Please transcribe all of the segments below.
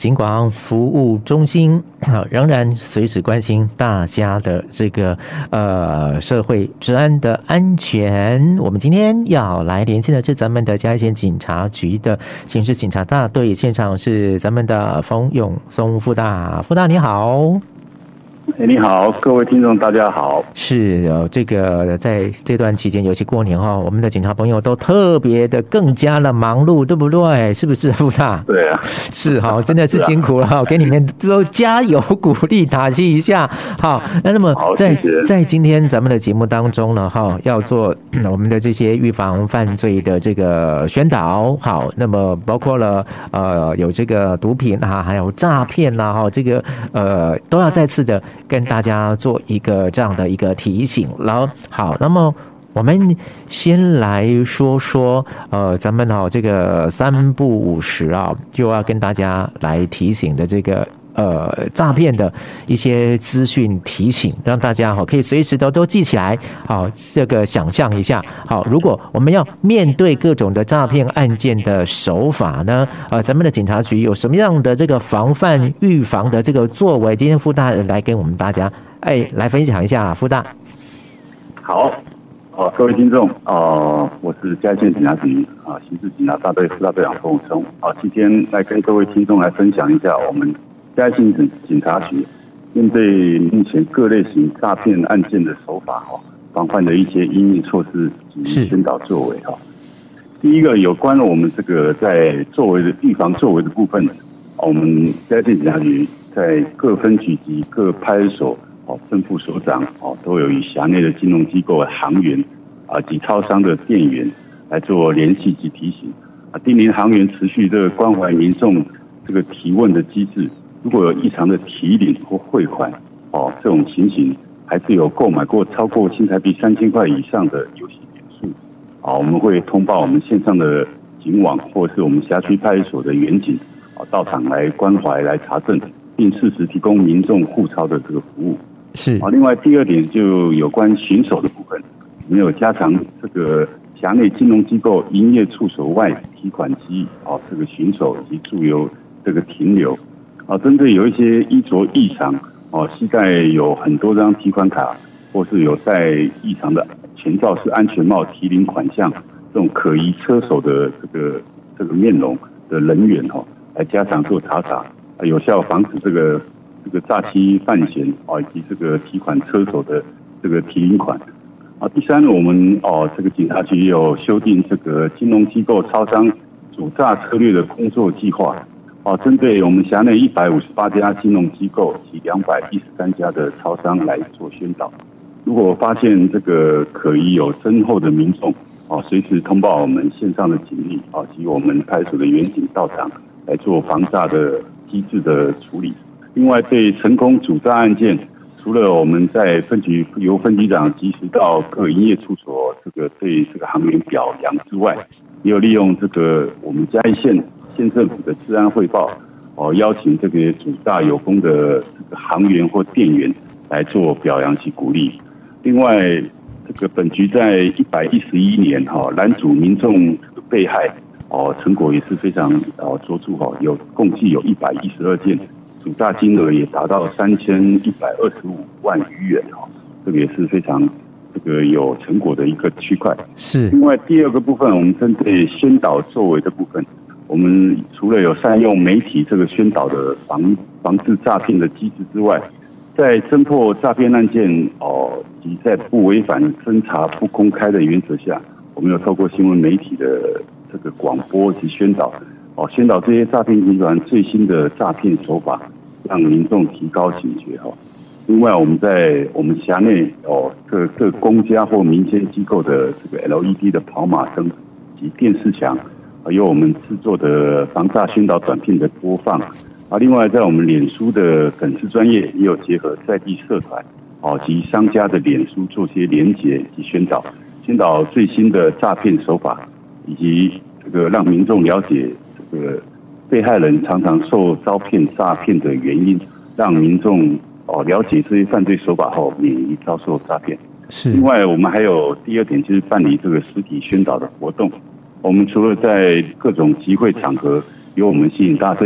警广服务中心仍然随时关心大家的这个社会治安的安全。我们今天要来连线的是咱们的嘉义县警察局的刑事警察大队，现场是咱们的冯永松副大。副大你好。 你好，各位听众大家好。 是这个在这段期间，尤其过年我们的警察朋友都特别的更加的忙碌，对不对？是不是副大？ 对啊， 是真的是辛苦了，给你们都加油鼓励打气一下。好，那么在今天咱们的节目当中呢，要做我们的这些预防犯罪的这个宣导。好，那么包括了有这个毒品还有诈骗这个都要再次的跟大家做一个这样的一个提醒了。好，那么我们先来说说咱们这个3不50就要跟大家来提醒的这个诈骗的一些资讯提醒，让大家可以随时都记起来。好，这个想象一下，好，如果我们要面对各种的诈骗案件的手法呢，咱们的警察局有什么样的这个防范预防的这个作为？今天副大来跟我们大家来分享一下。副大好，各位听众我是嘉义县警察局刑事警察大队副大队长冯永松今天来跟各位听众来分享一下我们嘉义县警察局面对目前各类型诈骗案件的手法防范的一些因应措施及宣导作为第一个有关我们这个在作为的预防作为的部分，我们嘉义县警察局在各分局及各派出所正副所长都有与辖内的金融机构的行员及超商的店员来做联系及提醒叮咛行员持续这个关怀民众这个提问的机制。如果有异常的提领或汇款这种情形，还是有购买过超过新台币3000块以上的游戏点数我们会通报我们线上的警网或是我们辖区派出所的员警到场来关怀来查证，并适时提供民众互抄的这个服务。 是另外第二点就有关巡守的部分，我们有加强这个辖内金融机构营业处所外提款机这个巡守及驻留这个停留针对有一些衣着异常携带有很多张提款卡或是有戴异常的全罩式安全帽提领款项这种可疑车手的这个面容的人员来加强做查查有效防止这个诈欺犯嫌以及这个提款车手的这个提领款第三呢，我们这个警察局也有修订这个金融机构超商主诈策略的工作计划针对我们辖内158家金融机构及213家的超商来做宣导。如果发现这个可疑有增厚的民众随时通报我们线上的警力及我们派出所的员警到场来做防诈的机制的处理。另外对成功主诈案件，除了我们在分局由分局长及时到各营业处所对这个行员表扬之外，也有利用这个我们嘉义县政府的治安汇报邀请这个主诈有功的这个行员或店员来做表扬及鼓励。另外这个本局在111年拦阻民众被害成果也是非常卓著共计有112件，主诈金额也达到3125万余元这个也是非常这个有成果的一个区块。 是。另外第二个部分，我们针对宣导作为的部分，我们除了有善用媒体这个宣导的防治诈骗的机制之外，在侦破诈骗案件及在不违反侦查不公开的原则下，我们有透过新闻媒体的这个广播及宣导宣导这些诈骗集团最新的诈骗手法，让民众提高警觉另外我们在我们辖内各公家或民间机构的这个 LED 的跑马灯及电视墙有我们制作的防诈宣导短片的播放另外在我们脸书的粉丝专页也有结合在地社团及商家的脸书做些连结及宣导最新的诈骗手法，以及这个让民众了解这个被害人常常受招骗诈骗的原因，让民众了解这些犯罪手法后免于遭受诈骗。 是。 另外我们还有第二点，就是办理这个实体宣导的活动。我们除了在各种集会场合由我们新警大队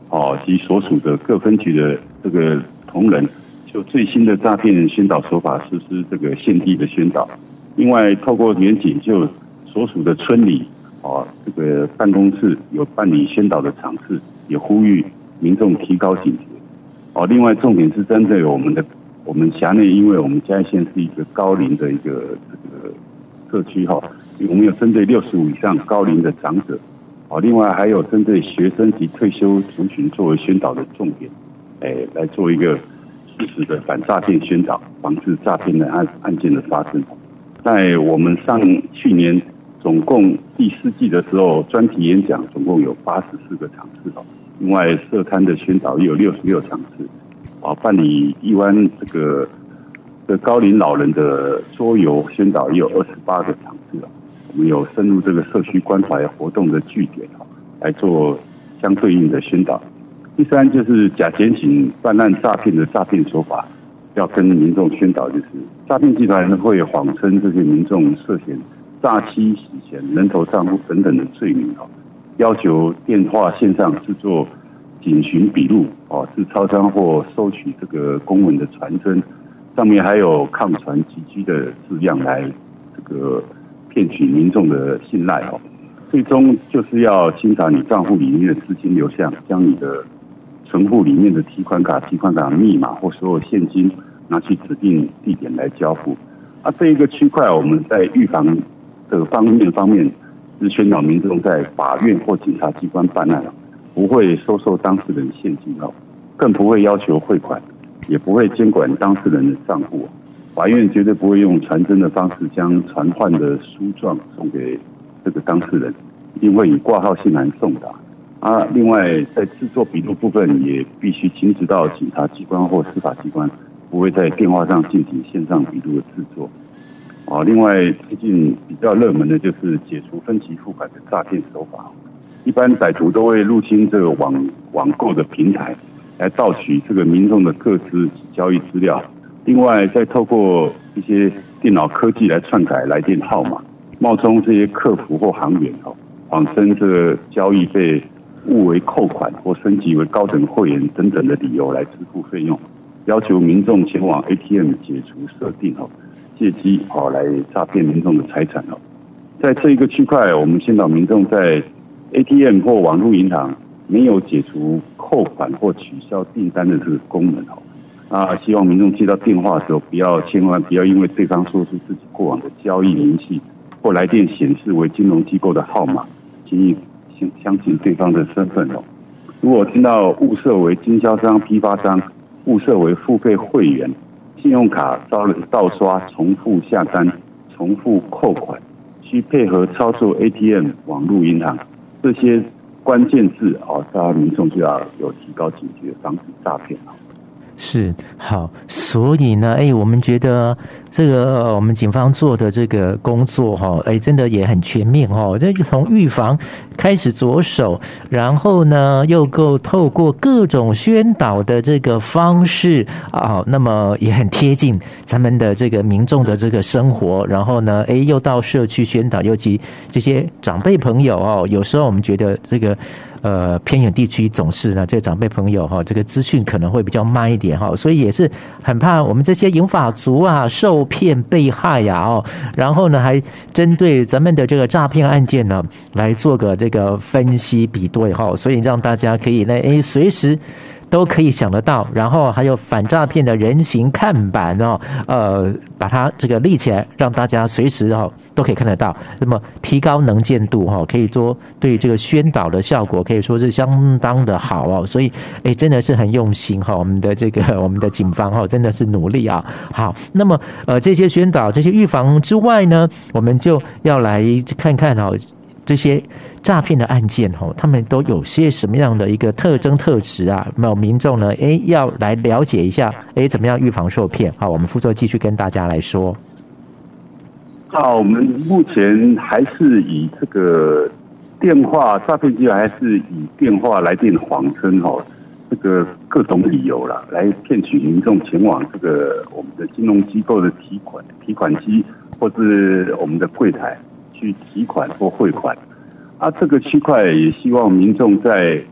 及所属的各分局的这个同仁，就最新的诈骗宣导手法实施这个现地的宣导。另外，透过远景就所属的村里这个办公室有办理宣导的场次，也呼吁民众提高警觉。另外重点是针对我们辖内，因为我们嘉义县是一个高龄的一个这个社区我们有针对65以上高龄的长者，另外还有针对学生及退休族群作为宣导的重点，来做一个适时的反诈骗宣导，防治诈骗的案件的发生。在我们去年总共第4季的时候，专题演讲总共有84个场次，另外社摊的宣导也有66场次，办理一湾这个高龄老人的桌游宣导也有28个场次。我们有深入这个社区关怀活动的据点来做相对应的宣导。第3就是假检警办案诈骗的诈骗手法，要跟民众宣导，就是诈骗集团会谎称这些民众涉嫌诈欺、洗钱、人头账户等等的罪名，要求电话线上制作警询笔录，至超商或收取这个公文的传真，上面还有抗传急居的字样来这个骗取民众的信赖，最终就是要清查你账户里面的资金流向，将你的存户里面的提款卡密码或所有现金拿去指定地点来交付。这一个区块我们在预防的方面是宣导民众在法院或警察机关办案不会收受当事人现金，更不会要求汇款，也不会监管当事人的账户。法院绝对不会用传真的方式将传唤的书状送给这个当事人，一定会以挂号信函送达。另外在制作笔录部分也必须亲自到警察机关或司法机关，不会在电话上进行线上笔录的制作。另外最近比较热门的就是解除分期付款的诈骗手法。一般歹徒都会入侵这个网购的平台，来盗取这个民众的个资及交易资料。另外再透过一些电脑科技来篡改来电号码，冒充这些客服或行员，谎称这个交易被误为扣款或升级为高等会员等等的理由来支付费用，要求民众前往 ATM 解除设定，借机来诈骗民众的财产。在这一个区块，我们宣导民众在 ATM 或网络银行没有解除扣款或取消订单的这个功能，希望民众接到电话的时候，千万不要因为对方说出自己过往的交易明细或来电显示为金融机构的号码，轻易相信对方的身份。如果听到误设为经销商、批发商，误设为付费会员，信用卡遭人盗刷、重复下单、重复扣款，需配合操作 ATM、网络银行这些关键字，大家民众就要有提高警觉，防止诈骗。 是好，所以呢，我们觉得这个我们警方做的这个工作真的也很全面这就从预防开始着手，然后呢又够透过各种宣导的这个方式那么也很贴近咱们的这个民众的这个生活，然后呢又到社区宣导，尤其这些长辈朋友有时候我们觉得这个偏远地区总是呢，这个长辈朋友这个资讯可能会比较慢一点所以也是很怕我们这些银发族受骗被害然后呢还针对咱们的这个诈骗案件呢来做个这个分析比对所以让大家可以呢随时都可以想得到，然后还有反诈骗的人形看板把它这个立起来，让大家随时都可以看得到。那么提高能见度可以说对这个宣导的效果可以说是相当的好所以真的是很用心我们的警方真的是努力好，那么这些宣导、这些预防之外呢，我们就要来看看这些诈骗的案件他们都有些什么样的一个特征特质没有民众呢要来了解一下怎么样预防受骗。好，我们副座继续跟大家来说。 我们目前还是以这个电话诈骗集团，还是以电话来电谎称这个各种理由啦，来骗取民众前往这个我们的金融机构的提款机或是我们的柜台去提款或汇款。这个区块也希望民众在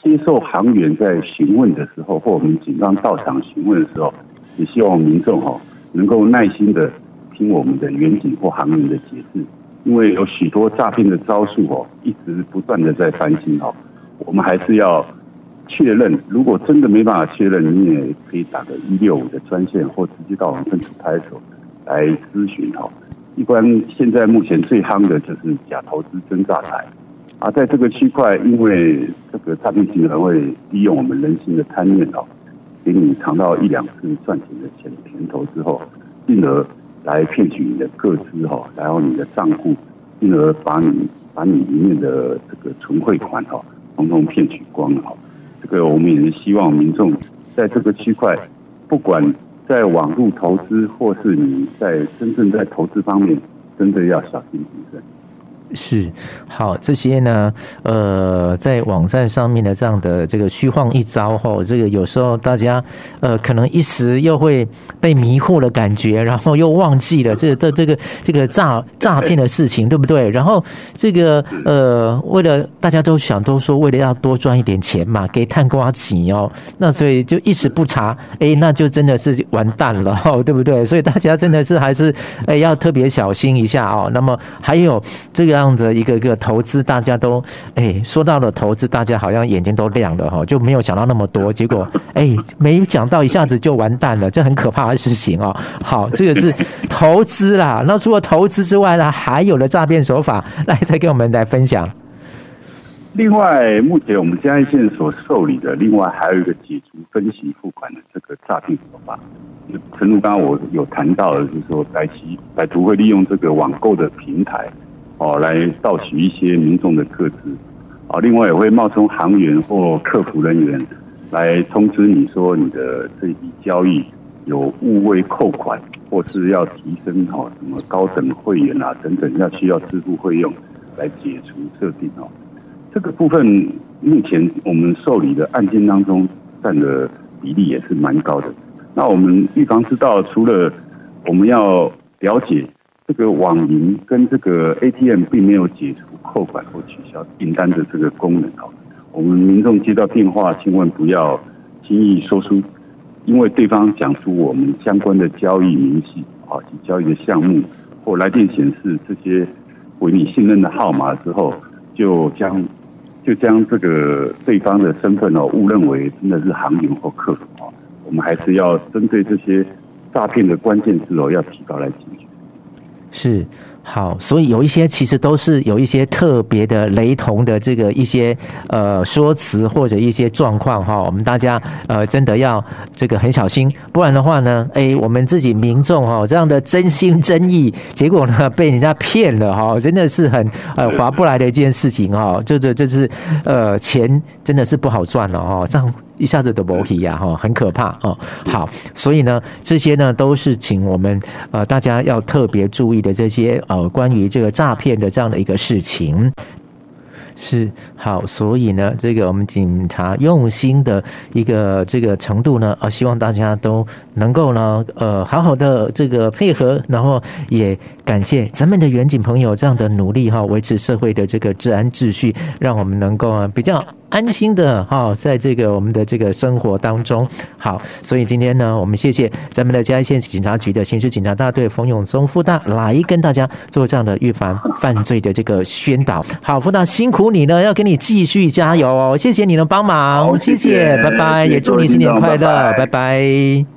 接受航员在询问的时候，或我们警方到场询问的时候，也希望民众能够耐心的听我们的员警或航员的解释，因为有许多诈骗的招数一直不断的在翻新我们还是要确认，如果真的没办法确认，你也可以打个165的专线，或直接到我们分处派出所来咨询一般现在目前最夯的就是假投资真诈财在这个区块，因为这个诈骗集团会利用我们人性的贪念给你尝到1-2次赚钱的甜头之后，进而来骗取你的个资然后你的账户，进而把你里面的这个存汇款统统骗取光了这个我们也是希望民众在这个区块，不管在网络投资或是你在真正在投资方面，真的要小心谨慎。 是，好，这些呢，在网站上面的这样的这个虚晃一招这个有时候大家可能一时又会被迷惑的感觉，然后又忘记了这个诈骗的事情，对不对？然后这个为了大家都说为了要多赚一点钱嘛，给探瓜起那所以就一时不查，那就真的是完蛋了对不对？所以大家真的是还是要特别小心一下那么还有这个样的一个投资，大家都说到了投资，大家好像眼睛都亮了就没有想到那么多，结果没讲到一下子就完蛋了，这很可怕的事情好，这个是投资啦。那除了投资之外呢，还有的诈骗手法，来再跟我们来分享。 另外，目前我们嘉义县所受理的，另外还有一个解除分期付款的这个诈骗手法。诚如刚刚我有谈到的，就是说歹徒会利用这个网购的平台来盗取一些民众的个资另外也会冒充行员或客服人员来通知你说你的这笔交易有误未扣款，或是要提升什么高等会员等等，需要支付费用来解除设定这个部分目前我们受理的案件当中占的比例也是蛮高的。那我们预防知道，除了我们要了解这个网银跟这个 ATM 并没有解除扣款或取消订单的这个功能我们民众接到电话，千万不要轻易说出，因为对方讲出我们相关的交易明细及交易的项目，或来电显示这些为你信任的号码之后，就将这个对方的身份误认为真的是行员或客服我们还是要针对这些诈骗的关键字要提高来解决。 是，好，所以有一些其实都是有一些特别的雷同的这个一些说辞或者一些状况我们大家真的要这个很小心，不然的话呢我们自己民众这样的真心真意，结果呢被人家骗了真的是很划不来的一件事情就是钱真的是不好赚了这样一下子都没去很可怕好，所以呢这些呢都是请我们大家要特别注意的这些关于这个诈骗的这样的一个事情。是，好，所以呢这个我们警察用心的一个这个程度呢希望大家都能够呢好好的这个配合，然后也感谢咱们的远警朋友这样的努力维持社会的这个治安秩序，让我们能够比较安心的在这个我们的这个生活当中。好，所以今天呢我们谢谢咱们的嘉义县警察局的刑事警察大队冯永宗副大来跟大家做这样的预防犯罪的这个宣导。好，副大辛苦你了，要给你继续加油谢谢你的帮忙，谢谢，拜拜，也祝你新年快乐，拜拜。